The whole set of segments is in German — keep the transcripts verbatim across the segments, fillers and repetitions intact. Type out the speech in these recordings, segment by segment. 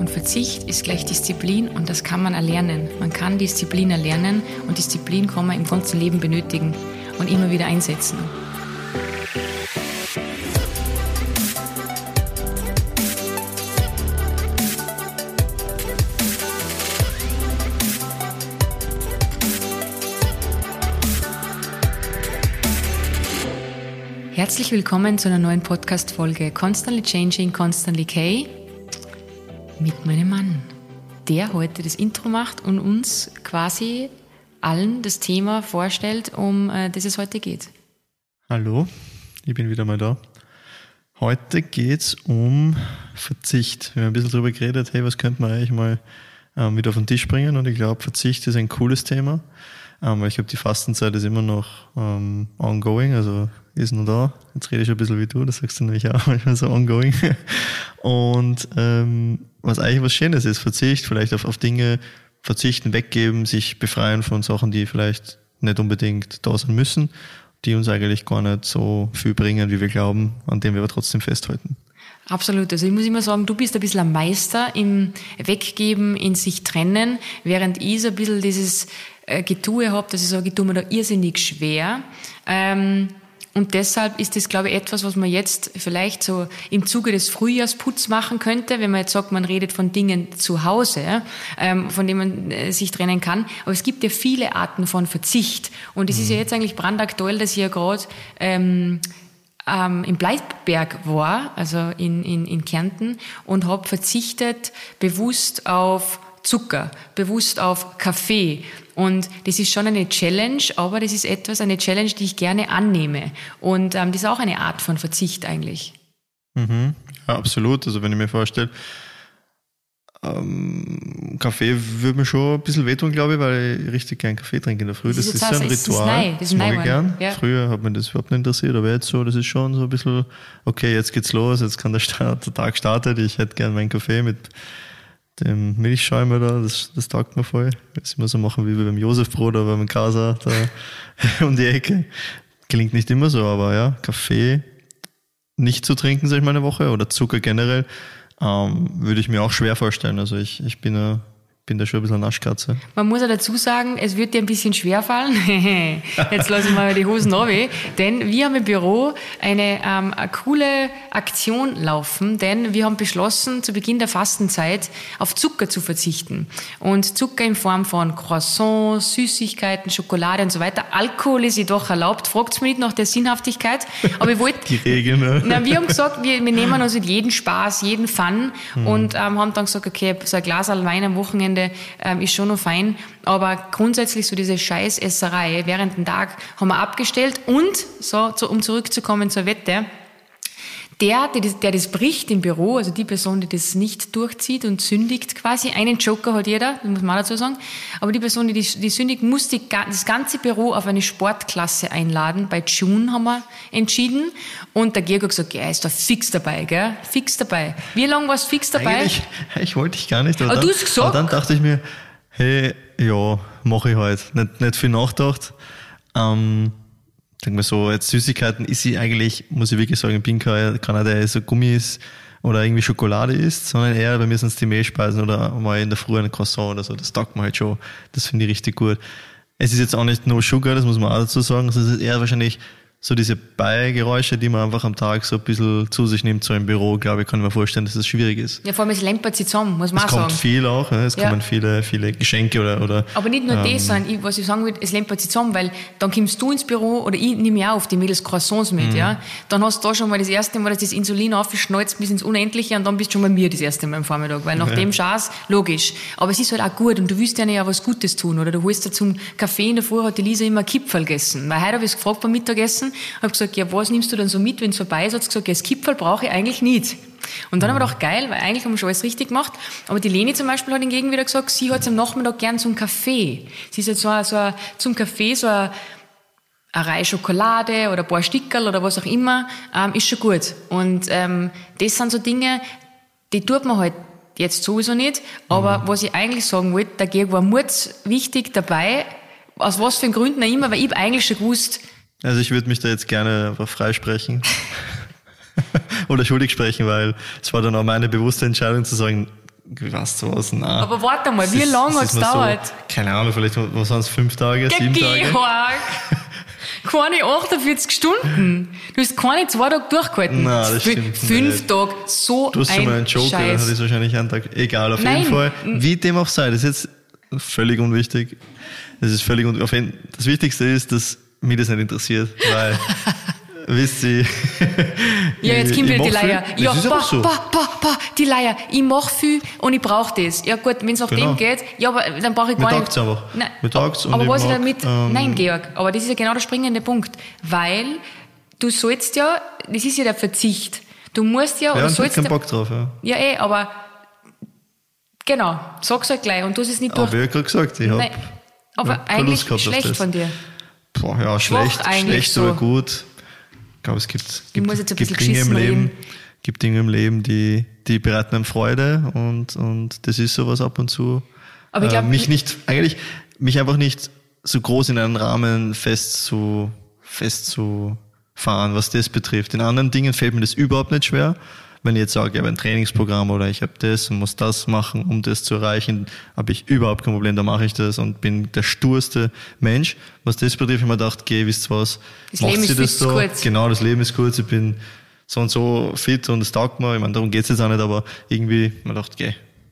Und Verzicht ist gleich Disziplin und das kann man erlernen. Man kann Disziplin erlernen und Disziplin kann man im ganzen Leben benötigen und immer wieder einsetzen. Herzlich willkommen zu einer neuen Podcast-Folge Constantly Changing, Constantly K mit meinem Mann, der heute das Intro macht und uns quasi allen das Thema vorstellt, um äh, das es heute geht. Hallo, ich bin wieder mal da. Heute geht's um Verzicht. Wir haben ein bisschen darüber geredet, hey, was könnte man eigentlich mal ähm, wieder auf den Tisch bringen, und ich glaube, Verzicht ist ein cooles Thema, ähm, weil ich glaube, die Fastenzeit ist immer noch ähm, ongoing, also ist noch da. Jetzt rede ich ein bisschen wie du, das sagst du nämlich auch manchmal so ongoing. Und ähm, was eigentlich was Schönes ist, Verzicht, vielleicht auf, auf Dinge verzichten, weggeben, sich befreien von Sachen, die vielleicht nicht unbedingt da sein müssen, die uns eigentlich gar nicht so viel bringen, wie wir glauben, an denen wir aber trotzdem festhalten. Absolut. Also ich muss immer sagen, du bist ein bisschen ein Meister im Weggeben, in sich trennen, während ich so ein bisschen dieses äh, Getue habe, dass ich sage, ich tue mir da irrsinnig schwer. Ähm, Und deshalb ist das, glaube ich, etwas, was man jetzt vielleicht so im Zuge des Frühjahrsputz machen könnte, wenn man jetzt sagt, man redet von Dingen zu Hause, ähm, von denen man äh, sich trennen kann. Aber es gibt ja viele Arten von Verzicht. Und es mhm. ist ja jetzt eigentlich brandaktuell, dass ich ja gerade ähm, ähm, im Bleibberg war, also in, in, in Kärnten, und habe verzichtet bewusst auf Zucker, bewusst auf Kaffee. Und das ist schon eine Challenge, aber das ist etwas, eine Challenge, die ich gerne annehme. Und ähm, das ist auch eine Art von Verzicht eigentlich. Mhm. Ja, absolut. Also wenn ich mir vorstelle, ähm, Kaffee würde mir schon ein bisschen wehtun, glaube ich, weil ich richtig gern Kaffee trinke in der Früh. Das, das ist so ein Ritual. Das, ist neu. Das, das mag ich gern. Ja. Früher hat mich das überhaupt nicht interessiert, aber jetzt so, das ist schon so ein bisschen, okay, jetzt geht's los, jetzt kann der, Start, der Tag starten, ich hätte gern meinen Kaffee mit dem Milchschäumer da, das, das taugt mir voll. Das immer so machen wie beim Josefbrot oder beim Casa da um die Ecke. Klingt nicht immer so, aber ja, Kaffee nicht zu trinken, sag ich mal, eine Woche, oder Zucker generell, ähm, würde ich mir auch schwer vorstellen. Also ich, ich bin ja, bin da schon ein bisschen Naschkatze. Man muss ja dazu sagen, es wird dir ein bisschen schwerfallen. Jetzt lasse ich mal die Hosen runter, denn wir haben im Büro eine, ähm, eine coole Aktion laufen, denn wir haben beschlossen, zu Beginn der Fastenzeit auf Zucker zu verzichten. Und Zucker in Form von Croissants, Süßigkeiten, Schokolade und so weiter. Alkohol ist jedoch erlaubt. Fragt's mich nicht nach der Sinnhaftigkeit. Aber ich wollte... Die Regeln, ne? Na, wir haben gesagt, wir, wir nehmen uns jeden Spaß, jeden Fun hm. und ähm, haben dann gesagt, okay, so ein Glas Wein am Wochenende ähm, ist schon noch fein, aber grundsätzlich so diese Scheißesserei während dem Tag haben wir abgestellt. Und, so, so um zurückzukommen zur Wette, der, der, der das bricht im Büro, also die Person, die das nicht durchzieht und sündigt quasi, einen Joker hat jeder, das muss man auch dazu sagen, aber die Person, die, die sündigt, muss die, das ganze Büro auf eine Sportklasse einladen. Bei June haben wir entschieden, und der Georg hat gesagt, ja, er ist da fix dabei, gell? Fix dabei. Wie lange warst du fix dabei? Eigentlich, ich wollte ich gar nicht. Aber, aber dann, du hast gesagt. Aber dann dachte ich mir, hey, ja, mache ich halt. Nicht, nicht viel nachgedacht. Ähm, Denk mal so, jetzt Süßigkeiten ist sie eigentlich, muss ich wirklich sagen, ich bin keiner, der so Gummis oder irgendwie Schokolade isst, sondern eher bei mir sind es die Mehlspeisen oder mal in der Früh ein Croissant oder so. Das taugt mir halt schon. Das finde ich richtig gut. Es ist jetzt auch nicht no sugar, das muss man auch dazu sagen. Es ist eher wahrscheinlich so diese Beigeräusche, die man einfach am Tag so ein bisschen zu sich nimmt, so im Büro, glaube ich, kann ich mir vorstellen, dass das schwierig ist. Ja, vor allem es lämpert sich zusammen, muss man auch sagen. Es kommt viel auch, es ja. kommen viele, viele Geschenke oder, oder. Aber nicht nur ähm, das, sondern ich, was ich sagen will, es lämpert sich zusammen, weil dann kommst du ins Büro, oder ich nehme ja auf die Mädels Croissants mit, mhm. ja. Dann hast du da schon mal das erste Mal, dass das Insulin aufschnalzt bis ins Unendliche, und dann bist du schon bei mir das erste Mal am Vormittag, weil nach ja. dem Schaß, logisch. Aber es ist halt auch gut, und du willst ja nicht auch was Gutes tun, oder du holst ja zum Kaffee in der Früh, hat die Lisa immer Kipferl gegessen. Weil heute habe ich es gefragt beim Mittagessen, habe gesagt, ja, was nimmst du dann so mit, wenn es vorbei ist? Hat sie gesagt, ja, das Kipferl brauche ich eigentlich nicht. Und dann mhm. haben wir gedacht, geil, weil eigentlich haben wir schon alles richtig gemacht. Aber die Leni zum Beispiel hat hingegen wieder gesagt, sie hat es am Nachmittag gern zum Kaffee. Sie ist jetzt so, so ein, zum Kaffee so ein, eine Reihe Schokolade oder ein paar Stickerl oder was auch immer, ähm, ist schon gut. Und ähm, das sind so Dinge, die tut man halt jetzt sowieso nicht. Aber mhm. was ich eigentlich sagen wollte, der Georg war murz wichtig dabei, aus was für Gründen auch immer, weil ich eigentlich schon gewusst. Also ich würde mich da jetzt gerne einfach freisprechen oder schuldig sprechen, weil es war dann auch meine bewusste Entscheidung zu sagen, weißt du was, nein. Aber warte mal, wie ist, lange hat es gedauert? So, keine Ahnung, vielleicht, was waren es, fünf Tage, ja, sieben Georg. Tage? Keine achtundvierzig Stunden. Du hast keine zwei Tage durchgehalten. Nein, das stimmt Fünf nicht. Tage, so du hast schon ein mal einen Joker, Scheiß. dann hat es wahrscheinlich einen Tag. Egal, auf Nein. jeden Fall. Wie dem auch sei, das ist jetzt völlig unwichtig. Das ist völlig unwichtig. Das Wichtigste ist, dass mich das nicht interessiert, weil, wisst ihr, ja, jetzt kommt wieder die Leier. Viel. Ja, das ist bah, so. bah, bah, bah, die Leier. Ich mach viel und ich brauche das. Ja gut, wenn es nach Genau. dem geht, ja, aber dann brauche ich gar Mir nicht. taugt's einfach. Nein, Mir taugt's und aber ich was ich mag, damit, ähm, nein, Georg, aber das ist ja genau der springende Punkt. Weil du sollst ja, das ist ja der Verzicht. Du musst ja, Ja, oder und ich hab sollst keinen ja, Bock drauf, ja. ja eh, aber genau, sag's halt gleich und du hast es nicht durch. Aber ich hab gerade gesagt, ich hab, Nein, aber hab keine eigentlich Lust gehabt auf schlecht das. von dir. Boah, ja, Schwach schlecht, eigentlich schlecht so. oder gut. Ich glaube, es gibt, gibt, muss jetzt ein gibt bisschen Dinge im geschissen Leben, reden. gibt Dinge im Leben, die, die bereiten einem Freude und, und das ist sowas ab und zu. Aber ich glaub, äh, mich nicht, eigentlich, mich einfach nicht so groß in einen Rahmen fest zu, fest zu fahren, was das betrifft. In anderen Dingen fällt mir das überhaupt nicht schwer. Wenn ich jetzt sage, ich habe ein Trainingsprogramm oder ich habe das und muss das machen, um das zu erreichen, habe ich überhaupt kein Problem, da mache ich das und bin der sturste Mensch. Was das betrifft, ich mir gedacht, geh, wisst ihr was, Das macht Leben sie ist das viel zu so? kurz. Genau, das Leben ist kurz, ich bin so und so fit und es taugt mir. Ich meine, darum geht's jetzt auch nicht, aber irgendwie, man dachte, geh.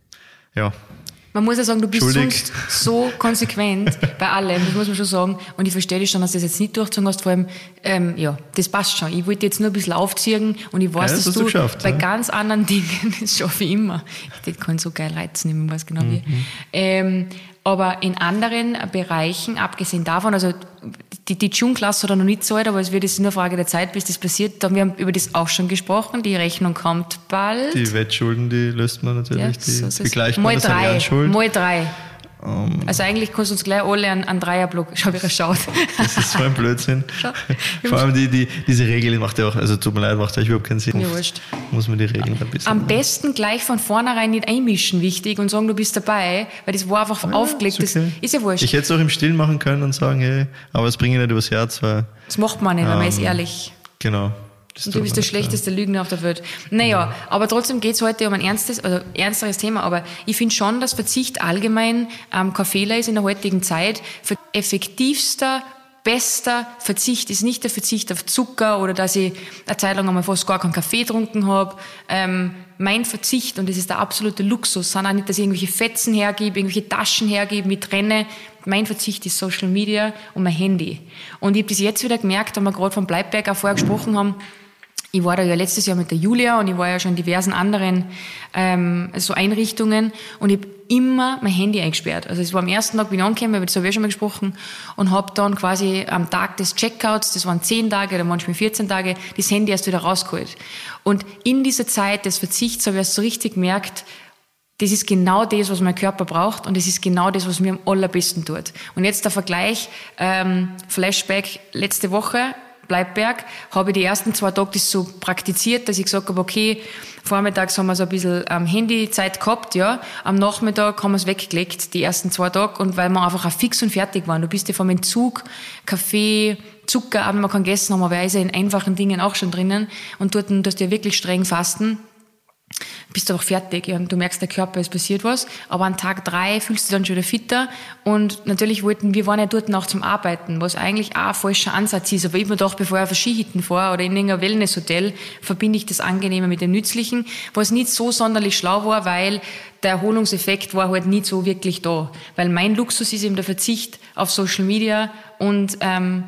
Ja. Man muss ja sagen, du bist Entschuldigt. sonst so konsequent bei allem, das muss man schon sagen. Und ich verstehe das schon, dass du das jetzt nicht durchgezogen hast. Vor allem, ähm, ja, das passt schon. Ich wollte jetzt nur ein bisschen aufziehen und ich weiß, Ja, das dass hast du du geschafft, bei ja. ganz anderen Dingen, das schaffe ich immer. Das kann so geil reizen, ich weiß genau wie. Mhm. Ähm, aber in anderen Bereichen, abgesehen davon, also die, die June-Klasse hat er noch nicht so alt, aber es wird jetzt nur eine Frage der Zeit, bis das passiert. Da, wir haben über das auch schon gesprochen. Die Rechnung kommt bald. Die Wettschulden, die löst man natürlich, Ja, die so ist es. begleicht man Mal das drei, Allianzschulden. mal drei. Um, Also eigentlich kannst du uns gleich alle einen, einen Dreierblock, schau wie er schaut. Das ist so ein Blödsinn. Schau. Vor allem die, die, diese Regel macht ja auch, also tut mir leid, macht ja überhaupt keinen Sinn. Mir wurscht. Muss man die Regeln ein bisschen. Am besten gleich von vornherein nicht einmischen, wichtig, und sagen, du bist dabei, weil das war einfach aufgelegt. ist okay. Das ist ja wurscht. Ich hätte es auch im Stillen machen können und sagen, hey, aber das bringe ich nicht übers Herz, weil, das macht man nicht, weil man ist Ähm, ehrlich. genau. Das Und tut du bist man der nicht, schlechteste Lügner auf der Welt. Naja, aber trotzdem geht's heute um ein ernstes, also ernsteres Thema. Aber ich finde schon, dass Verzicht allgemein ähm, kein Fehler ist in der heutigen Zeit. Für effektivster, bester Verzicht ist nicht der Verzicht auf Zucker oder dass ich eine Zeit lang einmal fast gar keinen Kaffee getrunken habe. Ähm, mein Verzicht, und das ist der absolute Luxus, sind auch nicht, dass ich irgendwelche Fetzen hergebe, irgendwelche Taschen hergebe, mich trenne. Mein Verzicht ist Social Media und mein Handy. Und ich habe das jetzt wieder gemerkt, da wir gerade von Bleibberg auch vorher gesprochen haben. Ich war da ja letztes Jahr mit der Julia und ich war ja schon in diversen anderen ähm, so Einrichtungen und ich habe immer mein Handy eingesperrt. Also es war am ersten Tag, bin ich angekommen, über das habe ich ja schon mal gesprochen, und habe dann quasi am Tag des Checkouts, das waren zehn Tage oder manchmal vierzehn Tage, das Handy erst wieder rausgeholt. Und in dieser Zeit des Verzichts habe ich erst so richtig gemerkt, das ist genau das, was mein Körper braucht, und das ist genau das, was mir am allerbesten tut. Und jetzt der Vergleich, ähm, Flashback letzte Woche, Bleibberg, habe ich die ersten zwei Tage das so praktiziert, dass ich gesagt habe, okay, vormittags haben wir so ein bisschen ähm, Handyzeit gehabt, ja, am Nachmittag haben wir es weggelegt, die ersten zwei Tage, und weil wir einfach auch fix und fertig waren. Du bist ja vom Entzug, Kaffee, Zucker, aber man kann gegessen haben, aber er ist ja in einfachen Dingen auch schon drinnen, und dort tust du ja wirklich streng fasten. Bist du auch fertig, ja, und du merkst, der Körper, es passiert was, aber an Tag drei fühlst du dich dann schon wieder fitter, und natürlich wollten, wir waren ja dort auch zum Arbeiten, was eigentlich auch ein falscher Ansatz ist, aber ich mir dachte, bevor ich auf eine Skihütten fahre oder in irgendein Wellnesshotel, verbinde ich das Angenehme mit dem Nützlichen, was nicht so sonderlich schlau war, weil der Erholungseffekt war halt nicht so wirklich da, weil mein Luxus ist eben der Verzicht auf Social Media, und ähm,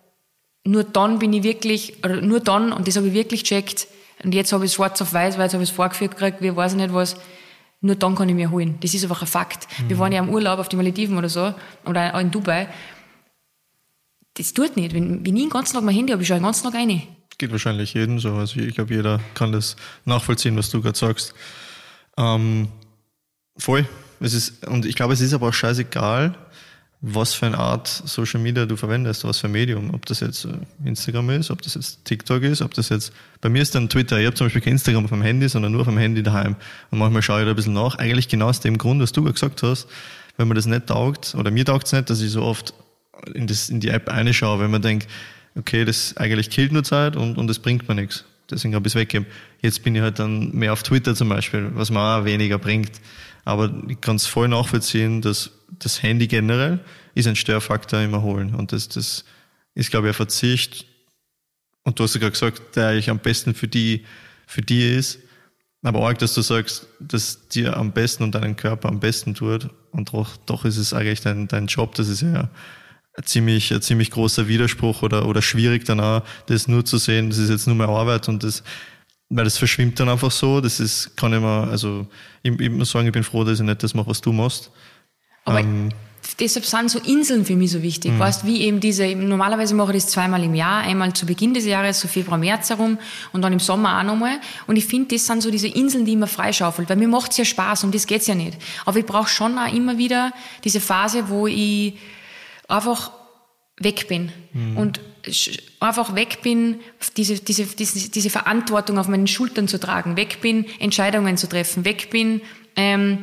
nur dann bin ich wirklich, oder nur dann, und das habe ich wirklich gecheckt, und jetzt habe ich es schwarz auf weiß, weil jetzt habe ich es vorgeführt gekriegt, wie weiß ich nicht was, nur dann kann ich mir holen. Das ist einfach ein Fakt. Mhm. Wir waren ja im Urlaub auf die Malediven oder so, oder auch in Dubai. Das tut nicht. Wenn, wenn ich den ganzen Tag mein Handy habe, ich schaue den ganzen Tag rein. Geht wahrscheinlich jedem so. Also ich glaube, jeder kann das nachvollziehen, was du gerade sagst. Ähm, voll. Es ist, und ich glaube, es ist aber auch scheißegal, was für eine Art Social Media du verwendest, was für ein Medium. Ob das jetzt Instagram ist, ob das jetzt TikTok ist, ob das jetzt, bei mir ist dann Twitter. Ich habe zum Beispiel kein Instagram auf dem Handy, sondern nur auf dem Handy daheim. Und manchmal schaue ich da ein bisschen nach. Eigentlich genau aus dem Grund, was du gesagt hast, wenn man das nicht taugt, oder mir taugt es nicht, dass ich so oft in, das, in die App reinschaue, wenn man denkt, okay, das eigentlich killt nur Zeit und, und das bringt mir nichts. deswegen habe ich es weggegeben. Jetzt bin ich halt dann mehr auf Twitter zum Beispiel, was mir auch weniger bringt. Aber ich kann es voll nachvollziehen, dass das Handy generell ist ein Störfaktor im Erholen. Und das, das ist, glaube ich, ein Verzicht. Und du hast ja gerade gesagt, der eigentlich am besten für die, für die ist. Aber auch, dass du sagst, dass dir am besten und deinen Körper am besten tut. Und doch, doch ist es eigentlich dein, dein Job. Das ist ja ein ziemlich, ein ziemlich großer Widerspruch oder, oder schwierig dann auch, das nur zu sehen. Das ist jetzt nur mehr Arbeit und das, weil das verschwimmt dann einfach so. Das ist, kann ich mir, also, ich, ich muss sagen, ich bin froh, dass ich nicht das mache, was du machst. Aber ähm, deshalb sind so Inseln für mich so wichtig. Mhm. Weißt, wie eben diese, normalerweise mache ich das zweimal im Jahr, einmal zu Beginn des Jahres, so Februar, März herum und dann im Sommer auch nochmal. Und ich finde, das sind so diese Inseln, die immer freischaufelt, weil mir macht's ja Spaß, um das geht's ja nicht. Aber ich brauche schon auch immer wieder diese Phase, wo ich einfach weg bin. Mhm. Und einfach weg bin, diese, diese, diese, diese Verantwortung auf meinen Schultern zu tragen, weg bin, Entscheidungen zu treffen, weg bin, ähm,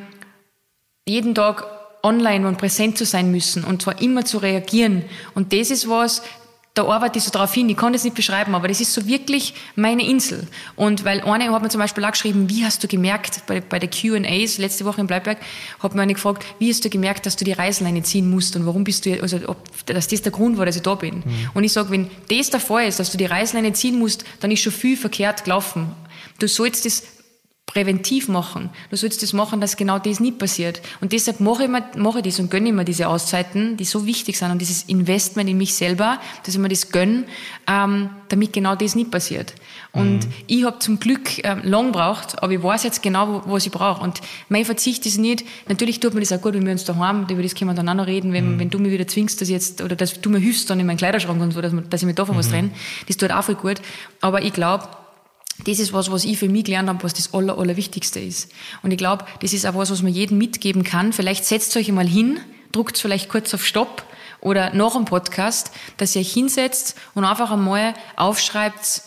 jeden Tag online und präsent zu sein müssen und zwar immer zu reagieren. Und das ist was, da arbeite ich so drauf hin, ich kann das nicht beschreiben, aber das ist so wirklich meine Insel. Und weil eine hat mir zum Beispiel auch geschrieben, wie hast du gemerkt, bei, bei der Q and A's letzte Woche in Bleiberg, hat mir eine gefragt, wie hast du gemerkt, dass du die Reißleine ziehen musst und warum bist du, also ob, dass das der Grund war, dass ich da bin. Mhm. Und ich sage, wenn das der Fall ist, dass du die Reißleine ziehen musst, dann ist schon viel verkehrt gelaufen. Du sollst das präventiv machen. Du sollst das machen, dass genau das nicht passiert. Und deshalb mache ich, mir, mache ich das und gönne ich mir diese Auszeiten, die so wichtig sind und dieses Investment in mich selber, dass ich mir das gönne, ähm, damit genau das nicht passiert. Und mhm. ich habe zum Glück ähm, lang gebraucht, aber ich weiß jetzt genau, was ich brauche. Und mein Verzicht ist nicht, natürlich tut mir das auch gut, wenn wir uns daheim, über das können wir dann auch noch reden, wenn, mhm. wenn du mir wieder zwingst, dass ich jetzt, oder dass du mir hilfst dann in meinen Kleiderschrank und so, dass, dass ich mir davon mhm. was trenne. Das tut auch voll gut. Aber ich glaube, das ist was, was ich für mich gelernt habe, was das Aller, Allerwichtigste ist. Und ich glaube, das ist auch was, was man jedem mitgeben kann. Vielleicht setzt euch einmal hin, druckt vielleicht kurz auf Stopp oder nach dem Podcast, dass ihr euch hinsetzt und einfach einmal aufschreibt,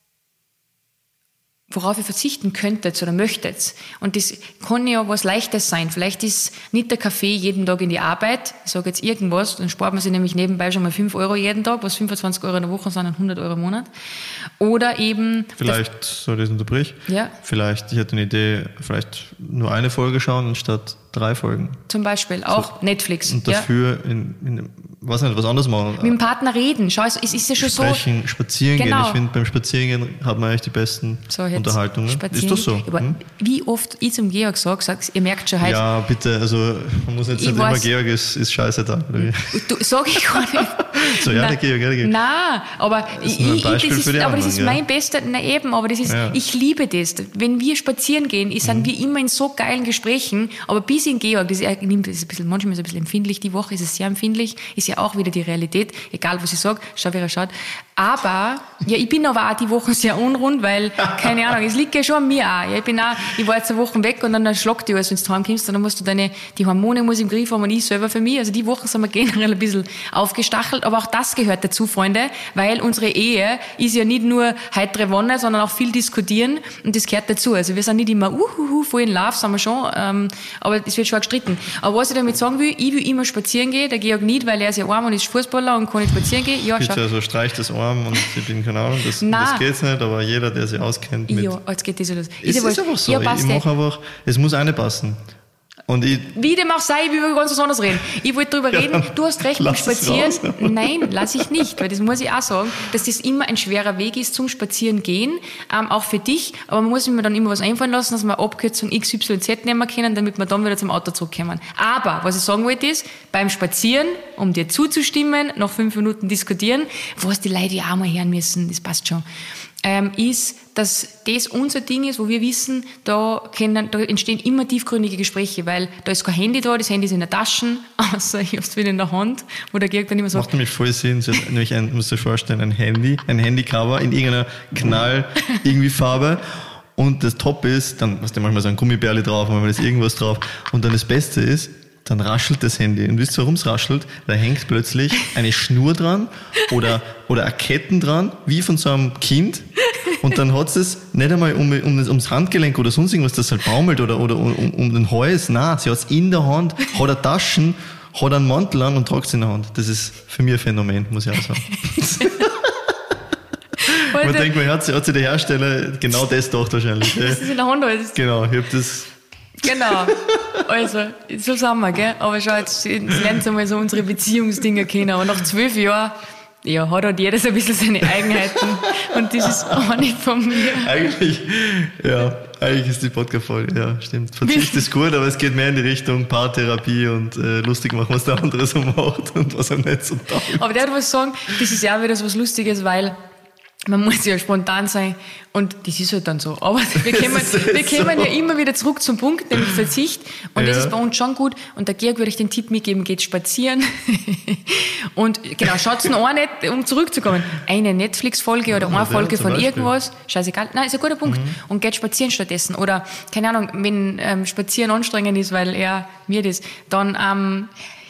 worauf ihr verzichten könntet oder möchtet. Und das kann ja was Leichtes sein. Vielleicht ist nicht der Kaffee jeden Tag in die Arbeit. Ich sage jetzt irgendwas, dann spart man sich nämlich nebenbei schon mal fünf Euro jeden Tag, was fünfundzwanzig Euro in der Woche sind, und hundert Euro im Monat. Oder eben... Vielleicht, soll ich das unterbrechen? Ja. Vielleicht, ich hätte eine Idee, vielleicht nur eine Folge schauen anstatt drei Folgen. Zum Beispiel, auch so, Netflix. Und dafür, ja. in, in, was nicht, was anderes machen. Mit dem Partner reden. Schau, es ist ja schon Sprechen, so... Spazieren genau. gehen. Ich finde, beim Spazierengehen hat man eigentlich die besten so, Unterhaltungen. Ist das so? Aber hm? wie oft ich zum Georg sage, sag's, ihr merkt schon heute... Ja, bitte, also man muss jetzt nicht immer, Georg ist, ist scheiße da. Oder? Du, sag ich gar nicht. So, ja, der Georg, ja, der Georg. Nein, aber, das ist, ich, das ist, aber anderen, das ist ja. mein bester... Na eben, aber das ist... Ja. Ich liebe das. Wenn wir spazieren gehen, sind mhm. wir immer in so geilen Gesprächen, aber bis in Georg, das ist, das ist ein bisschen, manchmal ist es ein bisschen empfindlich, die Woche ist es sehr empfindlich, ist ja auch wieder die Realität, egal was ich sage, schau, wie er schaut. Aber, ja, ich bin aber auch die Woche sehr unrund, weil, keine Ahnung, es liegt ja schon an mir auch. Ja, ich bin auch, ich war jetzt eine Woche weg und dann schlagt dich alles, wenn du heimkommst, und dann musst du deine, die Hormone muss im Griff haben und ich selber für mich. Also die Wochen sind wir generell ein bisschen aufgestachelt, aber auch das gehört dazu, Freunde, weil unsere Ehe ist ja nicht nur heitere Wonne, sondern auch viel diskutieren und das gehört dazu. Also wir sind nicht immer, uhuhu, voll in Love, sind wir schon, ähm, aber es wird schon gestritten. Aber was ich damit sagen will, ich will immer spazieren gehen, der Georg nicht, weil er ist ja arm und ist Fußballer und kann nicht spazieren gehen. Ja, bitte, also streich das Arm und ich bin, keine Ahnung, das, das geht's nicht, aber jeder, der sich auskennt mit... Ja, jetzt geht das los. Es ist, ist einfach so, ja, ich, ich mache einfach, es muss eine passen. Und ich, wie dem auch sei, ich will über ganz was anderes reden. Ich wollte darüber reden, ja, du hast recht beim Spazieren. Nein, lass ich nicht, weil das muss ich auch sagen, dass das immer ein schwerer Weg ist zum Spazieren gehen, ähm, auch für dich. Aber man muss mir dann immer was einfallen lassen, dass wir Abkürzung X Y Z nehmen können, damit wir dann wieder zum Auto zurückkommen. Aber, was ich sagen wollte ist, beim Spazieren, um dir zuzustimmen, nach fünf Minuten diskutieren, was die Leute ja auch mal hören müssen, das passt schon. Ähm, ist, dass das unser Ding ist, wo wir wissen, da, können, da entstehen immer tiefgründige Gespräche, weil da ist kein Handy da, das Handy ist in der Tasche, außer ich hab's wieder in der Hand, wo der Georg dann immer sagt... Macht nämlich voll Sinn, sie hat nämlich ein, musst du dir vorstellen, ein Handy, ein Handycover in irgendeiner Knall, irgendwie Farbe, und das Top ist, dann hast du manchmal so ein Gummibärli drauf, manchmal ist irgendwas drauf, und dann das Beste ist, dann raschelt das Handy. Und wisst ihr, warum es raschelt? Da hängt plötzlich eine Schnur dran oder, oder ein Ketten dran, wie von so einem Kind. Und dann hat es nicht einmal um, um, ums Handgelenk oder sonst irgendwas, das halt baumelt oder, oder um, um den Hals. Nein, sie hat es in der Hand, hat eine Taschen, hat einen Mantel an und tragt es in der Hand. Das ist für mich ein Phänomen, muss ich auch sagen. Man denkt, man hat sich, hat sich der Hersteller genau das gedacht wahrscheinlich. Das ist in der Hand alles. Genau, ich hab das... Genau. Also, so sind wir, gell? Aber schau, jetzt, jetzt lernen Sie mal so unsere Beziehungsdinger kennen. Aber nach zwölf Jahren, ja, hat halt jeder so ein bisschen seine Eigenheiten. Und das ist auch nicht von mir. Eigentlich, ja, eigentlich ist die Podcast-Folge, ja, stimmt. Verzicht ist gut, aber es geht mehr in die Richtung Paartherapie und äh, lustig machen, was der andere so macht und was er nicht so taugt. Aber der hat was sagen, das ist ja auch wieder so was Lustiges, weil man muss ja spontan sein und das ist halt dann so. Aber wir kommen, wir kommen so. ja immer wieder zurück zum Punkt, nämlich Verzicht. Und ja. das ist bei uns schon gut. Und der Georg würde ich den Tipp mitgeben, geht spazieren. Und genau, schaut's noch an, nicht, um zurückzukommen. Eine Netflix-Folge oder eine Folge von irgendwas, scheißegal. Nein, ist ein guter Punkt. Mhm. Und geht spazieren stattdessen. Oder, keine Ahnung, wenn ähm, Spazieren anstrengend ist, weil er mir das, dann ähm,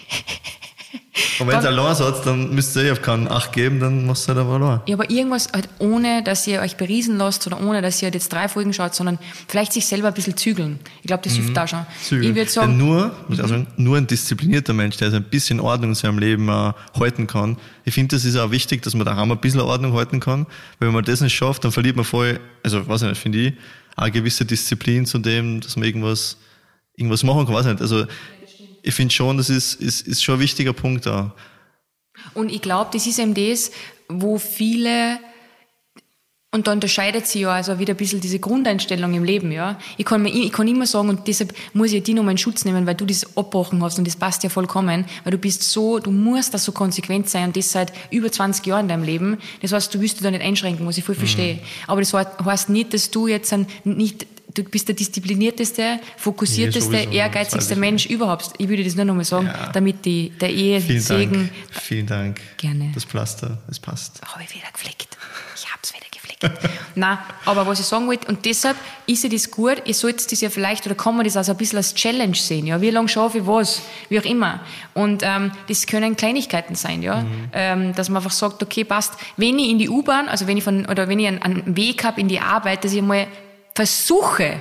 und wenn ihr allein seid, dann müsst ihr eh auf keinen Acht geben, dann machst du halt aber allein. Ja, aber irgendwas halt ohne, dass ihr euch beriesen lasst oder ohne, dass ihr halt jetzt drei Folgen schaut, sondern vielleicht sich selber ein bisschen zügeln. Ich glaube, das hilft mhm. auch schon. Zügeln. Ich würde sagen, Denn nur, muss ich auch sagen, nur ein disziplinierter Mensch, der so ein bisschen Ordnung in seinem Leben äh, halten kann. Ich finde, das ist auch wichtig, dass man daheim ein bisschen Ordnung halten kann. Weil wenn man das nicht schafft, dann verliert man voll, also weiß ich nicht, finde ich, auch eine gewisse Disziplin zu dem, dass man irgendwas, irgendwas machen kann, weiß ich nicht. Also, ich finde schon, das ist, ist, ist schon ein wichtiger Punkt da. Und ich glaube, das ist eben das, wo viele, und da unterscheidet sich ja also wieder ein bisschen diese Grundeinstellung im Leben, ja. Ich kann, mir, ich kann immer sagen, und deshalb muss ich dir noch mal in Schutz nehmen, weil du das abgebrochen hast und das passt ja vollkommen, weil du bist so, du musst da so konsequent sein und das seit über zwanzig Jahren in deinem Leben. Das heißt, du willst dich da nicht einschränken, was ich voll verstehe. Mhm. Aber das heißt nicht, dass du jetzt nicht, du bist der disziplinierteste, fokussierteste, ja, ehrgeizigste Mensch überhaupt. Ich würde das nur noch mal sagen, ja. damit die, der Ehe Vielen Segen... Dank. Vielen Dank. Gerne. Das Pflaster, es passt. Habe ich wieder geflickt. Ich hab's wieder geflickt. Nein, aber was ich sagen wollte, und deshalb ist ja das gut, ihr solltet das ja vielleicht, oder kann man das also ein bisschen als Challenge sehen, ja, wie lange schaffe ich was, wie auch immer. Und ähm, das können Kleinigkeiten sein, ja, mhm. ähm, dass man einfach sagt, okay, passt, wenn ich in die U-Bahn, also wenn ich von, oder wenn ich einen, einen Weg habe in die Arbeit, dass ich mal versuche,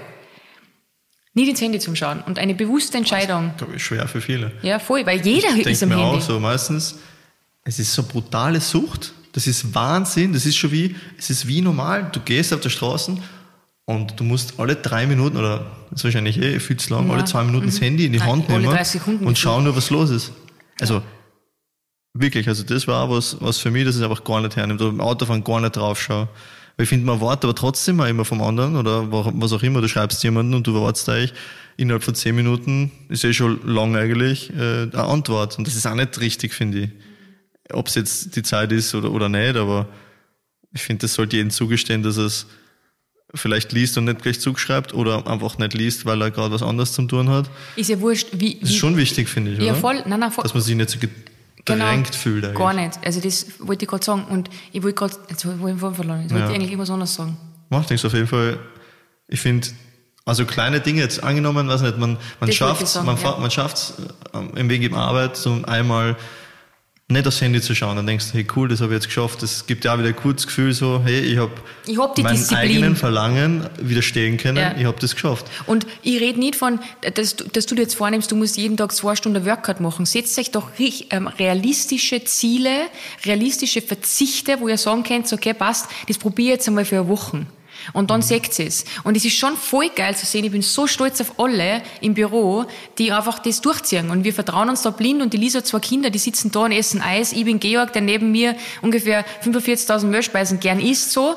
nicht ins Handy zu schauen und eine bewusste Entscheidung. Das ist, glaube ich, schwer für viele. Ja, voll, weil jeder ich ist am mir Handy. Auch so, meistens, es ist so brutale Sucht, das ist Wahnsinn, das ist schon wie, es ist wie normal, du gehst auf der Straße und du musst alle drei Minuten, oder das ist wahrscheinlich eh viel zu lang, ja. alle zwei Minuten mhm. das Handy in die Hand nehmen und schauen nur, was los ist. Also, ja. wirklich, also das war auch was, was für mich, das ist einfach gar nicht hernimmt, oder im Autofahren gar nicht drauf schaue. Weil ich finde, man wartet aber trotzdem auch immer vom anderen oder was auch immer, du schreibst jemanden und du erwartest eigentlich innerhalb von zehn Minuten, ist eh schon lang eigentlich, äh, eine Antwort. Und das ist auch nicht richtig, finde ich. Ob es jetzt die Zeit ist oder, oder nicht, aber ich finde, das sollte jedem zugestehen, dass er es vielleicht liest und nicht gleich zurückschreibt oder einfach nicht liest, weil er gerade was anderes zum tun hat. Ist ja wurscht, wie... Das ist wie, schon wichtig, finde ich, ja, oder? Voll, nein, nein, voll. Dass man sich nicht so gedrängt genau, fühlt eigentlich. Gar nicht. Also das wollte ich gerade sagen. Und ich wollte gerade, jetzt wollte ich verloren, jetzt wollte ja. ich eigentlich irgendwas anderes sagen. Macht nichts, auf jeden Fall. Ich finde, also kleine Dinge jetzt angenommen, weiß nicht, man, man schafft es, man, ja. man schafft ähm, im Weg in Arbeit, so einmal nicht aufs Handy zu schauen, dann denkst du, hey cool, das habe ich jetzt geschafft. Das gibt ja auch wieder ein gutes Gefühl, so, hey, ich habe ich hab meinen Disziplin. eigenen Verlangen widerstehen können, ja. ich habe das geschafft. Und ich rede nicht von, dass du, dass du dir jetzt vornimmst, du musst jeden Tag zwei Stunden Workout machen. Setzt euch doch ähm, realistische Ziele, realistische Verzichte, wo ihr sagen könnt, okay, passt, das probiere ich jetzt einmal für eine Woche. Und dann mhm. seht ihr es. Und es ist schon voll geil zu sehen. Ich bin so stolz auf alle im Büro, die einfach das durchziehen. Und wir vertrauen uns da blind. Und die Lisa hat zwei Kinder, die sitzen da und essen Eis. Ich bin Georg, der neben mir ungefähr fünfundvierzigtausend Mehlspeisen gern isst, so.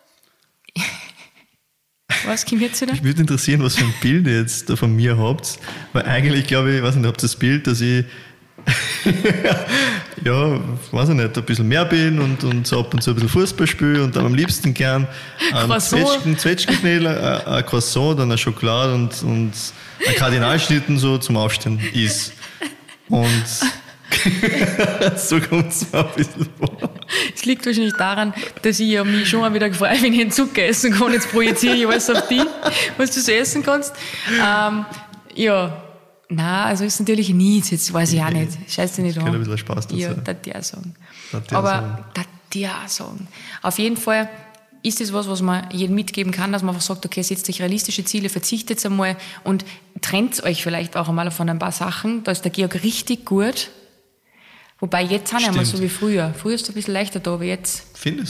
Was, Kim, jetzt wieder? Mich würde interessieren, was für ein Bild ihr jetzt da von mir habt. Weil eigentlich, glaube ich, weiß nicht, habt das Bild, dass ich ja, weiß ich nicht, ein bisschen mehr bin und, und so ab und zu ein bisschen Fußball spiele und dann am liebsten gern ein Zwetschgen, Zwetschgenknädel, ein, ein Croissant, dann eine Schokolade und, und ein Kardinalschnitten so zum Aufstehen ist. Und so kommt es mir ein bisschen vor. Es liegt wahrscheinlich daran, dass ich ja mich schon mal wieder gefreut, wenn ich einen Zucker essen kann. Jetzt projiziere ich alles auf dich, was du so essen kannst. Ähm, ja. Nein, also ist natürlich nichts, jetzt weiß ich auch nicht. Scheiß dir nicht an. Ich kann ein bisschen Spaß dazu. Ja, das dir auch sagen. Aber das dir auch sagen. Auf jeden Fall ist das was, was man jedem mitgeben kann, dass man einfach sagt, okay, setzt euch realistische Ziele, verzichtet einmal und trennt euch vielleicht auch einmal von ein paar Sachen. Da ist der Georg richtig gut. Wobei jetzt sind wir so wie früher. Früher ist es ein bisschen leichter da, aber jetzt... Findest du?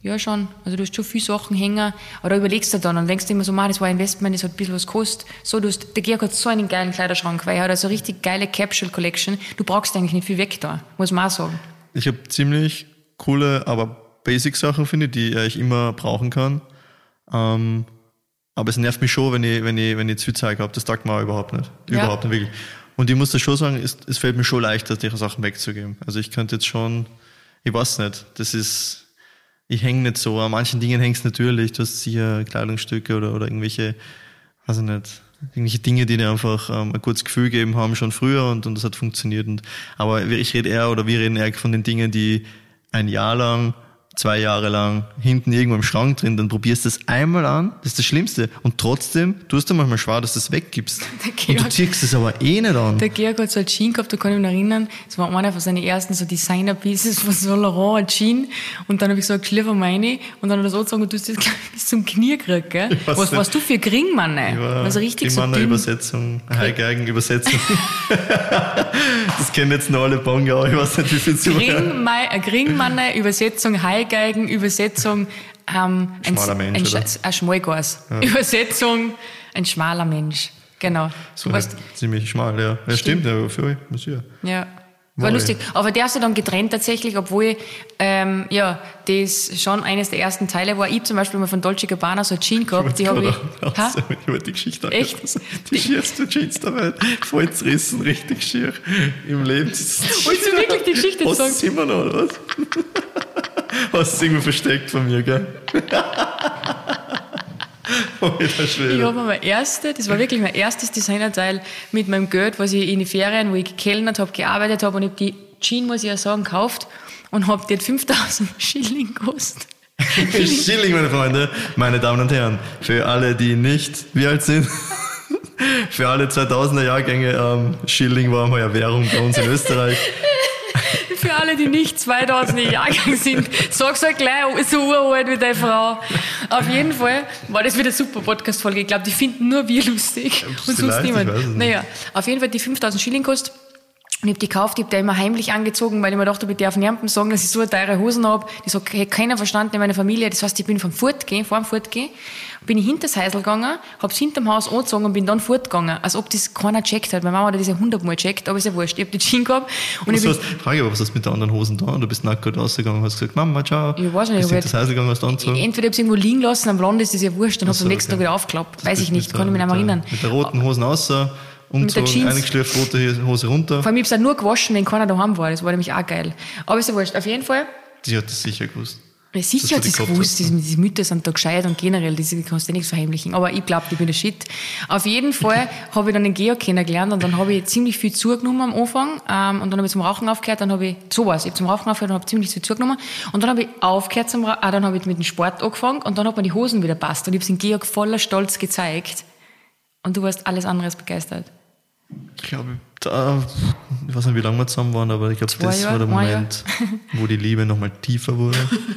Ja, schon. Also du hast schon viele Sachen hängen, aber da überlegst du dann und denkst dir immer so, man, das war ein Investment, das hat ein bisschen was gekostet. So, du hast, der Georg hat so einen geilen Kleiderschrank, weil er hat also eine richtig geile Capsule Collection. Du brauchst eigentlich nicht viel weg da, muss man auch sagen. Ich habe ziemlich coole, aber Basic-Sachen, finde ich, die ich immer brauchen kann. Ähm, aber es nervt mich schon, wenn ich, wenn ich, wenn ich zu viel Zeug habe. Das taugt mir auch überhaupt nicht. Ja. Überhaupt nicht wirklich. Und ich muss das schon sagen, es, es fällt mir schon leichter, die Sachen wegzugeben. Also ich könnte jetzt schon, ich weiß nicht, das ist, ich hänge nicht so. An manchen Dingen hängst natürlich. Du hast sicher Kleidungsstücke oder, oder irgendwelche, weiß ich nicht, irgendwelche Dinge, die dir einfach ähm, ein gutes Gefühl gegeben haben schon früher und, und das hat funktioniert. Und, aber ich rede eher, oder wir reden eher von den Dingen, die ein Jahr lang, zwei Jahre lang hinten irgendwo im Schrank drin, dann probierst du das einmal an, das ist das Schlimmste. Und trotzdem tust du manchmal schwer, dass du das weggibst. Und du ziehst es aber eh nicht an. Der Georg hat so ein Jean gehabt, da kann ich mich noch erinnern, das war einer von seinen ersten so Designer-Pieces von Saint Laurent, ein Jean. Und dann habe ich gesagt, schliefer meine. Und dann hat er so gesagt, du hast das bis zum Knie gekriegt, gell? Was warst du für Gringmann, ey? Also richtig so dünn. Übersetzung, High-Geigen-Übersetzung. Das kennen jetzt noch alle Bonga, ich weiß nicht, wie viel zu Gringmann, Gringmann, Übersetzung, High Geigen, Übersetzung, ähm, ein schmaler Mensch, ein, oder? ein Schmalgas. Ja. Übersetzung, ein schmaler Mensch. Genau. So halt ziemlich schmal, ja. Ja, stimmt, ja, für euch, Monsieur. Ja. War Woll. lustig. Aber der hast du dann getrennt tatsächlich, obwohl, ähm, ja, das schon eines der ersten Teile war. Ich zum Beispiel mal von Dolce Gabbana so ein Jean gehabt, die habe ich... Ha? Ich habe die Geschichte Echt? Angehört. Die schierste Jeans der Welt, voll zerrissen, richtig schier im Leben. Willst du wirklich die Geschichte sagen? Hast du immer noch, oder was? Hast du es irgendwie versteckt von mir, gell? Oh, ich habe mein erstes, das war wirklich mein erstes Designerteil mit meinem Geld, was ich in die Ferien, wo ich gekellnert habe, gearbeitet habe und ich habe die Jeans, muss ich ja sagen, gekauft und habe die fünftausend Schilling gekostet. Schilling, meine Freunde, meine Damen und Herren, für alle, die nicht, wie alt sind, für alle zweitausender Jahrgänge, ähm, Schilling war mal eine Währung bei uns in Österreich. Für alle, die nicht zweitausender Jahrgang sind, sag's halt gleich, so uralt wie deine Frau. Auf jeden Fall war das wieder eine super Podcast-Folge. Ich glaube, die finden nur wir lustig und sonst niemand. Naja, auf jeden Fall die fünftausend Schilling kostet. Und ich hab die gekauft, ich hab die immer heimlich angezogen, weil ich mir dachte, ich darf niemandem sagen, dass ich so eine teure Hosen hab. Das hat keiner verstanden in meiner Familie. Das heißt, ich bin vom Fortgehen, vor dem Fortgehen, bin ich hinter das Häusl gegangen, hab's hinterm Haus angezogen und bin dann fortgegangen. Als ob das keiner checkt hat. Meine Mama hat das ja hundertmal checkt, aber ist ja wurscht. Ich hab die Jeans gehabt. Und was ich hast, frage aber, was hast du mit den anderen Hosen da? Und du bist nackt rausgegangen und hast gesagt, Mama, ciao. Ich weiß nicht. Bist hinter das Häusl gegangen, hast du angezogen? Entweder hab ich irgendwo liegen lassen, am Land ist das ja wurscht, dann hab's so, am nächsten okay. Tag wieder aufgeklappt. Weiß ich nicht, kann ich mich nicht mehr erinnern. Mit der roten Hosen außer. Umzogen, eingeschlürft, rote Hose runter. Vor allem, ich hab's auch nur gewaschen, wenn keiner daheim war. Das war nämlich auch geil. Aber ist ja wurscht. Auf jeden Fall. Sie hat das sicher gewusst. Ja, sicher hat sie es gewusst. Diese, diese Mütter sind da gescheit und generell, die kannst du nichts verheimlichen. Aber ich glaube, ich bin der Shit. Auf jeden Fall habe ich dann den Georg kennengelernt und dann habe ich ziemlich viel zugenommen am Anfang. Ähm, und dann habe ich zum Rauchen aufgehört, dann habe ich, sowas, ich habe zum Rauchen aufgehört und habe ziemlich viel zugenommen. Und dann habe ich aufgehört zum Rauchen, ah, dann habe ich mit dem Sport angefangen und dann hat mir die Hosen wieder passt. Und ich habe es dem Georg voller Stolz gezeigt. Und du warst alles andere als begeistert. Ich glaube, da, ich weiß nicht, wie lange wir zusammen waren, aber ich glaube, das Jahre, war der Moment, wo die Liebe nochmal tiefer wurde.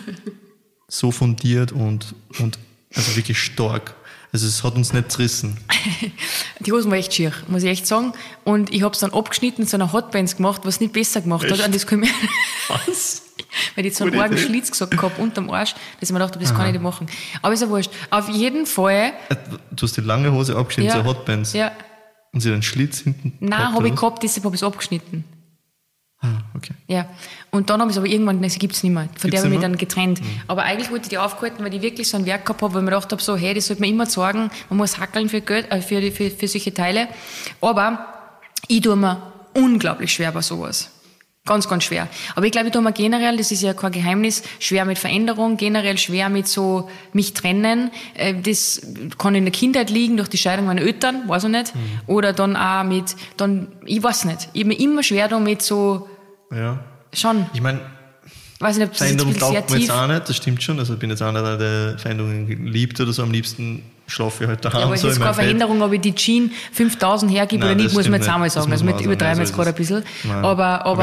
So fundiert und, und also wirklich stark. Also es hat uns nicht zerrissen. Die Hosen war echt schier, muss ich echt sagen. Und ich habe es dann abgeschnitten, so eine Hotbands gemacht, was nicht besser gemacht echt? hat. Und das kann ich was? Weil ich jetzt so einen argen Schlitz gesagt gehabt unterm Arsch, dass ich mir dachte, das Aha. kann ich nicht machen. Aber ist ja wurscht. Auf jeden Fall... Du hast die lange Hose abgeschnitten, ja, so Hotbands? Ja. Und sie hat einen Schlitz hinten? Nein, habe ich gehabt, deshalb habe ich es abgeschnitten. Ah, okay. Ja. Und dann habe ich es aber irgendwann, sie gibt es nicht mehr. Von gibt's der habe ich mich dann getrennt. Mhm. Aber eigentlich wollte ich die aufgehalten, weil ich wirklich so ein Werk gehabt habe, weil ich mir gedacht habe, so, hey, das sollte man immer sagen, man muss hackeln für Geld, äh, für, für, für solche Teile. Aber ich tue mir unglaublich schwer bei sowas. Ganz, ganz schwer. Aber ich glaube, ich tue mir generell, das ist ja kein Geheimnis, schwer mit Veränderung, generell schwer mit so mich trennen. Das kann in der Kindheit liegen, durch die Scheidung meiner Eltern, weiß ich nicht. Mhm. Oder dann auch mit, dann, ich weiß nicht. Ich habe mir immer schwer damit so, ja. schon. Ich meine, weiß nicht, ob das Veränderung taugt mir jetzt auch nicht, das stimmt schon. Also ich bin jetzt auch nicht einer, der Veränderungen liebt oder so, am liebsten schlafe ich halt daheim. Ja, aber es so ist keine Veränderung, ob ich die Jeans fünftausend hergebe oder nicht, muss man jetzt einmal sagen. Also mit übertreiben wir jetzt gerade ein bisschen. Nein, aber, aber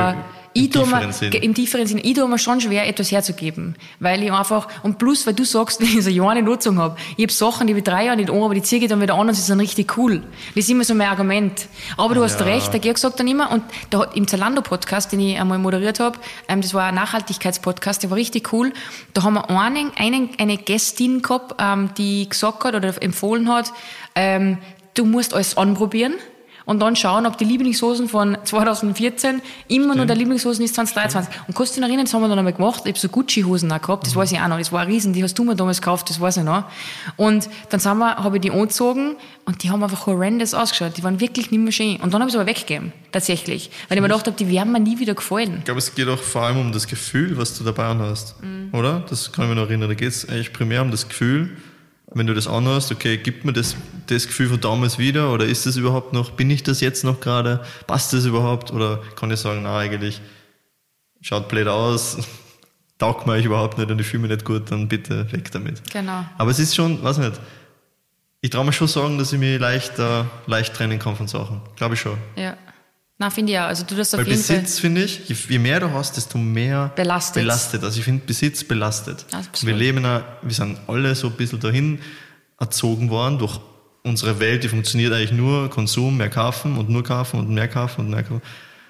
ich Im tue mir, tieferen Sinn. im tieferen Sinne, ich tue mir schon schwer, etwas herzugeben. Weil ich einfach, und plus, weil du sagst, dass ich so ein Jahr nicht Nutzung habe. Ich habe Sachen, die ich drei Jahre nicht an, aber die ziehe ich dann wieder an und sie sind richtig cool. Das ist immer so mein Argument. Aber du hast Ja. recht, der Georg sagt dann immer, und da hat im Zalando-Podcast, den ich einmal moderiert habe, ähm, das war ein Nachhaltigkeitspodcast, der war richtig cool. Da haben wir einen, einen, eine Gästin gehabt, ähm, die gesagt hat oder empfohlen hat, ähm, du musst alles anprobieren und dann schauen, ob die Lieblingshosen von zwanzig vierzehn immer noch der Lieblingshosen ist zwanzig dreiundzwanzig. Und kannst du dich erinnern, das haben wir dann einmal gemacht, ich habe so Gucci-Hosen auch gehabt, das weiß ich auch noch, das war ein riesen, die hast du mir damals gekauft, das weiß ich noch. Und dann sind wir, habe ich die angezogen und die haben einfach horrendous ausgeschaut, die waren wirklich nicht mehr schön. Und dann habe ich sie aber weggegeben, tatsächlich, weil ich mir gedacht habe, die werden mir nie wieder gefallen. Ich glaube, es geht auch vor allem um das Gefühl, was du dabei anhast, Mhm. oder? Das kann ich mir noch erinnern. Da geht es eigentlich primär um das Gefühl, wenn du das anhast, okay, gibt mir das, das Gefühl von damals wieder oder ist das überhaupt noch, bin ich das jetzt noch gerade, passt das überhaupt oder kann ich sagen, na eigentlich, schaut blöd aus, taugt mir eigentlich überhaupt nicht und ich fühle mich nicht gut, dann bitte weg damit. Genau. Aber es ist schon, weiß nicht, ich traue mir schon sagen, dass ich mich leicht, äh, leicht trennen kann von Sachen. Glaube ich schon. Ja. Na, finde ich auch. Also du das auf Weil jeden Besitz, finde ich, je, je mehr du hast, desto mehr Belastet. belastet. Also ich finde Besitz belastet. Absolut. Wir leben auch, wir sind alle so ein bisschen dahin erzogen worden durch unsere Welt, die funktioniert eigentlich nur Konsum, mehr kaufen und nur kaufen und mehr kaufen und mehr kaufen.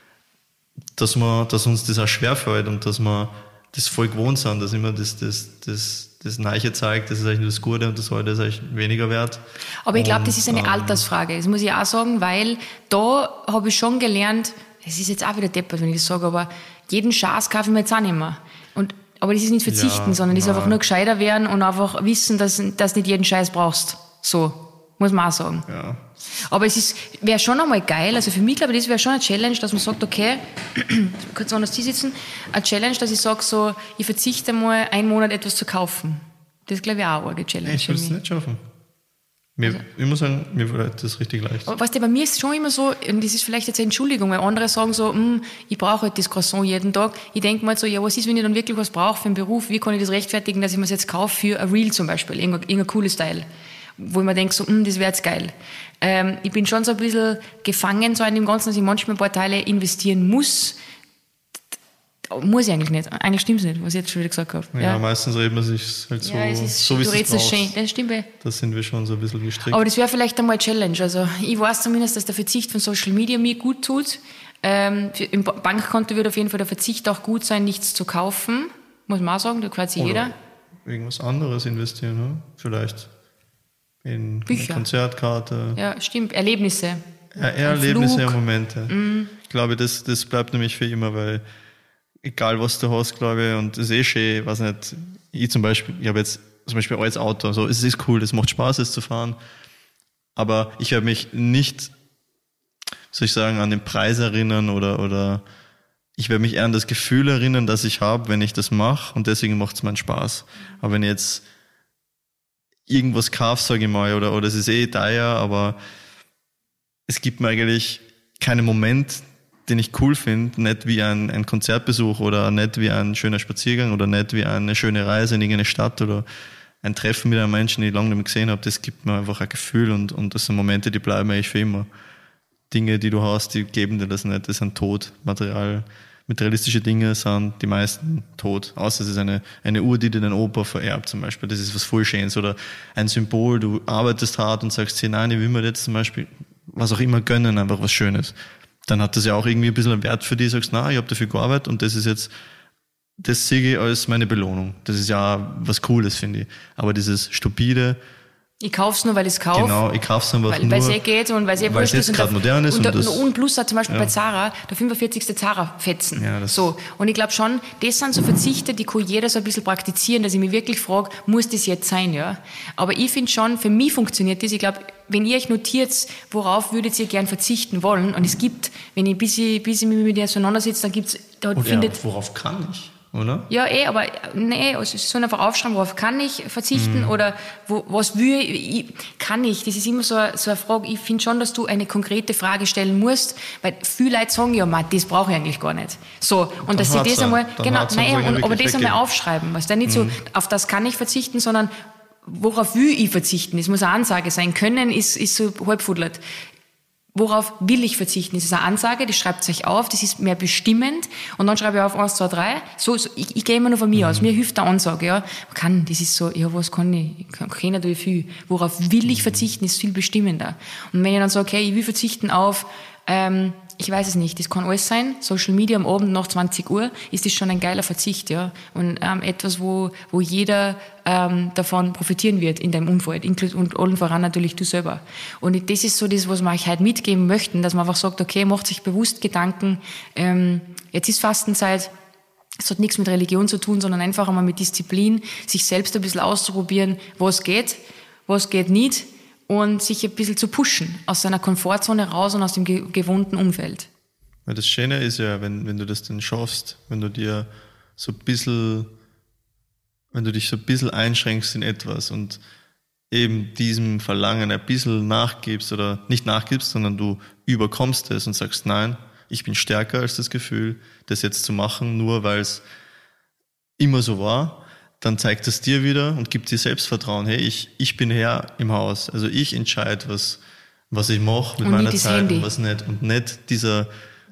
Dass, man, dass uns das auch schwerfällt und dass wir das voll gewohnt sind, dass immer das, das, das, das Neiche zeigt, das ist eigentlich nur das Gute und das Alte ist eigentlich weniger wert. Aber ich glaube, Und, das ist eine ähm, Altersfrage. Das muss ich auch sagen, weil da habe ich schon gelernt, es ist jetzt auch wieder deppert, wenn ich das sage, aber jeden Schatz kaufe ich mir jetzt auch nicht mehr. Und, aber das ist nicht verzichten, Ja, sondern das ist nein. einfach nur gescheiter werden und einfach wissen, dass, dass nicht jeden Scheiß brauchst. So, muss man auch sagen. Ja. Aber es ist, wäre schon einmal geil, also für mich glaube ich, das wäre schon eine Challenge, dass man sagt, okay, kurz anders sitzen, eine Challenge, dass ich sage so, ich verzichte mal einen Monat etwas zu kaufen. Das ist glaube ich auch eine Challenge Ich für würde es mich. nicht schaffen. Mir, ich muss sagen, mir fällt das richtig leicht. Aber weißt du, bei mir ist es schon immer so, und das ist vielleicht jetzt eine Entschuldigung, weil andere sagen so, hm, ich brauche halt das Croissant jeden Tag. Ich denke mal so, ja, was ist, wenn ich dann wirklich was brauche für einen Beruf? Wie kann ich das rechtfertigen, dass ich mir das jetzt kaufe für ein Reel zum Beispiel, irgendein, irgendein cooles Teil, wo ich mir denke, so, hm, das wäre jetzt geil. Ähm, ich bin schon so ein bisschen gefangen so in dem Ganzen, dass ich manchmal ein paar Teile investieren muss. Muss ich eigentlich nicht. Eigentlich stimmt es nicht, was ich jetzt schon wieder gesagt habe. Ja, Ja, meistens redet man sich halt so, ja es ist, so wie du es redest es brauchst. schön. Das stimmt. eh. Da sind wir schon so ein bisschen gestrickt. Aber das wäre vielleicht einmal eine Challenge. Also ich weiß zumindest, dass der Verzicht von Social Media mir gut tut. Ähm, für, im Ba- Bankkonto würde auf jeden Fall der Verzicht auch gut sein, nichts zu kaufen. Muss man auch sagen, da gehört sich jeder. Oder irgendwas anderes investieren, ne? Vielleicht in Bücher. eine Konzertkarte. Ja, stimmt. Erlebnisse. Ja, eher Ein Erlebnisse Flug. und Momente. Ich glaube, das, das bleibt nämlich für immer, weil egal was du hast, glaube ich, und das ist eh schön, weiß nicht, ich zum Beispiel, ich habe jetzt zum Beispiel ein altes Auto, so, es ist cool, es macht Spaß, es zu fahren, aber ich werde mich nicht, soll ich sagen, an den Preis erinnern oder, oder ich werde mich eher an das Gefühl erinnern, das ich habe, wenn ich das mache und deswegen macht es meinen Spaß. Aber wenn ich jetzt irgendwas kaufe, sage ich mal, oder, oder es ist eh teuer, aber es gibt mir eigentlich keinen Moment, den ich cool finde, nicht wie ein, ein Konzertbesuch oder nicht wie ein schöner Spaziergang oder nicht wie eine schöne Reise in irgendeine Stadt oder ein Treffen mit einem Menschen, den ich lange nicht mehr gesehen habe. Das gibt mir einfach ein Gefühl und, und das sind Momente, die bleiben eigentlich für immer. Dinge, die du hast, die geben dir das nicht. Das sind tot. Material, materialistische Dinge sind die meisten tot. Außer es ist eine, eine Uhr, die dir dein Opa vererbt zum Beispiel. Das ist was voll Schönes. Oder ein Symbol, du arbeitest hart und sagst, hey, nein, ich will mir jetzt zum Beispiel was auch immer gönnen, einfach was Schönes. Dann hat das ja auch irgendwie ein bisschen einen Wert für dich, sagst, na, ich habe dafür gearbeitet und das ist jetzt, das sehe ich als meine Belohnung. Das ist ja was Cooles, finde ich. Aber dieses stupide, Ich kauf's nur, weil ich es kaufe. genau, ich kauf's einfach Weil nur, es eh geht und weil es eh weil wurscht es jetzt ist. gerade modern ist Und, und und, das- und plus hat zum Beispiel ja. bei Zara der fünfundvierzigste Zara-Fetzen. Ja, das- so. Und ich glaube schon, das sind so Verzichte, die kann jeder so ein bisschen praktizieren, dass ich mich wirklich frage, muss das jetzt sein, ja? Aber ich finde schon, für mich funktioniert das. Ich glaube, wenn ihr euch notiert, worauf würdet ihr gern verzichten wollen, und es gibt, wenn ich ein bisschen, bisschen mich mit dir auseinandersetze, dann gibt's, da oder findet, ja, worauf kann ich, oder? ja, eh, aber nee, also es soll einfach aufschreiben, worauf kann ich verzichten oder wo, was will ich, ich, kann ich? Das ist immer so, eine- so eine Frage. Ich finde schon, dass du eine konkrete Frage stellen musst, weil viele Leute sagen, ja, man, das brauche ich eigentlich gar nicht. So, und Dann dass sie hat's das ja. einmal, Dann genau, hat's, dann nein, soll ich und, wirklich aber das einmal weggeben. aufschreiben. Weißt du, nicht so, auf das kann ich verzichten, sondern worauf will ich verzichten? Das muss eine Ansage sein. Können ist, ist so halbfudelt. worauf will ich verzichten? Das ist eine Ansage, die schreibt euch auf, das ist mehr bestimmend und dann schreibe ich auf eins, zwei, drei. So, so ich, ich gehe immer nur von mir mhm. aus. Mir hilft der Ansage, ja. Man kann, das ist so, ja, was kann ich? Ich kann natürlich viel. Worauf will ich verzichten, ist viel bestimmender. Und wenn ich dann sage, okay, ich will verzichten auf, ähm, ich weiß es nicht, das kann alles sein. Social Media am Abend nach zwanzig Uhr ist das schon ein geiler Verzicht, ja. Und ähm, etwas, wo, wo jeder ähm, davon profitieren wird in deinem Umfeld, und allen voran natürlich du selber. Und das ist so das, was wir euch heute mitgeben möchten, dass man einfach sagt, okay, macht sich bewusst Gedanken, ähm, jetzt ist Fastenzeit, es hat nichts mit Religion zu tun, sondern einfach einmal mit Disziplin, sich selbst ein bisschen auszuprobieren, was geht, was geht nicht, und sich ein bisschen zu pushen, aus seiner Komfortzone raus und aus dem gewohnten Umfeld. Weil das Schöne ist ja, wenn, wenn du das dann schaffst, wenn du dir so ein bisschen, wenn du dich so ein bisschen einschränkst in etwas und eben diesem Verlangen ein bisschen nachgibst oder nicht nachgibst, sondern du überkommst es und sagst, nein, ich bin stärker als das Gefühl, das jetzt zu machen, nur weil es immer so war, dann zeigt es dir wieder und gibt dir Selbstvertrauen. Hey, ich, ich bin Herr im Haus. Also ich entscheide, was, was ich mache mit und meiner Zeit Handy. Und was nicht. Und nicht dieser,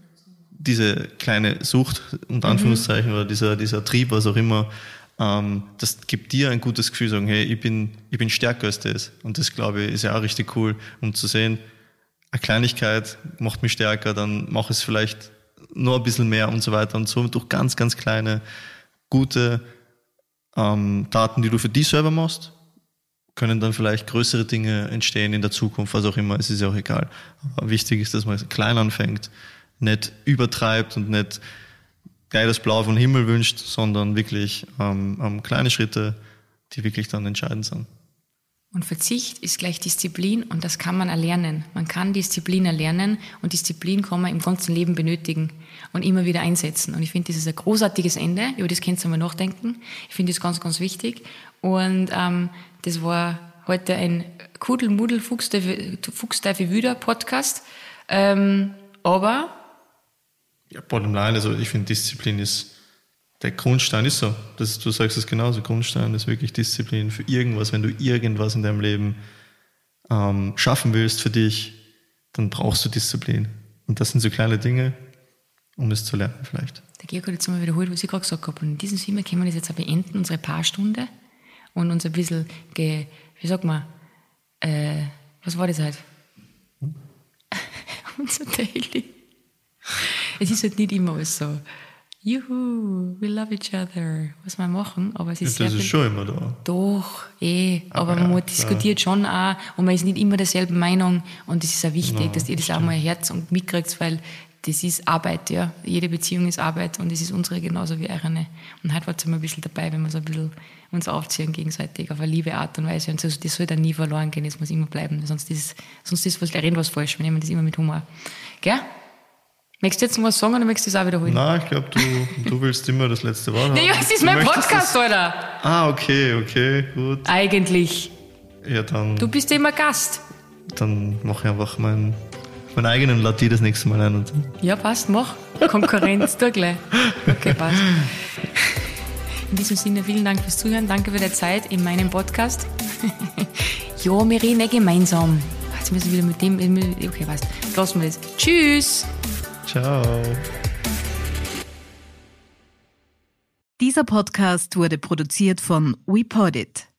diese kleine Sucht, unter Anführungszeichen, mhm. oder dieser, dieser Trieb, was auch immer. Ähm, das gibt dir ein gutes Gefühl, sagen, hey, ich bin, ich bin stärker als das. Und das, glaube ich, ist ja auch richtig cool, um zu sehen, eine Kleinigkeit macht mich stärker, dann mache ich es vielleicht noch ein bisschen mehr und so weiter. Und so durch ganz, ganz kleine, gute Ähm, Taten, die du für dich selber machst, können dann vielleicht größere Dinge entstehen in der Zukunft, was auch immer, es ist ja auch egal. Aber wichtig ist, dass man klein anfängt, nicht übertreibt und nicht gleich das Blau vom Himmel wünscht, sondern wirklich ähm, ähm, kleine Schritte, die wirklich dann entscheidend sind. Und Verzicht ist gleich Disziplin und das kann man erlernen. Man kann Disziplin erlernen und Disziplin kann man im ganzen Leben benötigen und immer wieder einsetzen. Und ich finde, das ist ein großartiges Ende, über das könnt ihr mal nachdenken. Ich finde das ganz, ganz wichtig. Und ähm, das war heute ein Kuddelmuddel Fuchsteufel Wüder Podcast. Ähm, aber... Ja, bottom line, also ich finde, Disziplin ist... Der Grundstein ist so, das, du sagst es genauso, Grundstein ist wirklich Disziplin für irgendwas. Wenn du irgendwas in deinem Leben ähm, schaffen willst für dich, dann brauchst du Disziplin. Und das sind so kleine Dinge, um es zu lernen vielleicht. Der Georg hat jetzt mal wiederholt, was ich gerade gesagt habe. Und in diesem Sinne können wir das jetzt auch beenden, unsere Paarstunde, und uns ein bisschen, ge, wie sagt man, äh, was war das halt? Hm? Unser Daily. Es ist halt nicht immer alles so... Juhu, we love each other, was wir machen, aber es ist ja, das sehr ist schon immer da. Doch, eh, aber, aber man ja, diskutiert schon auch und man ist nicht immer derselben Meinung und es ist auch wichtig, no, dass ihr das stimmt. auch mal Herz und mitkriegt, weil das ist Arbeit, ja. Jede Beziehung ist Arbeit und es ist unsere genauso wie eure. Und heute war es immer ein bisschen dabei, wenn wir so ein bisschen uns aufziehen gegenseitig auf eine liebe Art und Weise. Und das soll dann nie verloren gehen, das muss immer bleiben, sonst ist, sonst ist was, was falsch, wir nehmen das immer mit Humor. Gell? Möchtest du jetzt noch was sagen oder möchtest du das auch wiederholen? Nein, ich glaube, du, du willst immer das letzte Wort haben. Ja, es ist du mein Podcast, das... Alter. Ah, okay, okay, gut. Eigentlich. Ja, dann... Du bist ja immer Gast. Dann mache ich einfach meinen, meinen eigenen Latte das nächste Mal ein. Und ja, passt, mach. Konkurrenz, tu gleich. Okay, passt. In diesem Sinne, vielen Dank fürs Zuhören. Danke für die Zeit in meinem Podcast. Ja, wir reden nicht gemeinsam. Jetzt müssen wir wieder mit dem... Okay, passt. Lassen wir das. Tschüss. Ciao. Dieser Podcast wurde produziert von WePodit.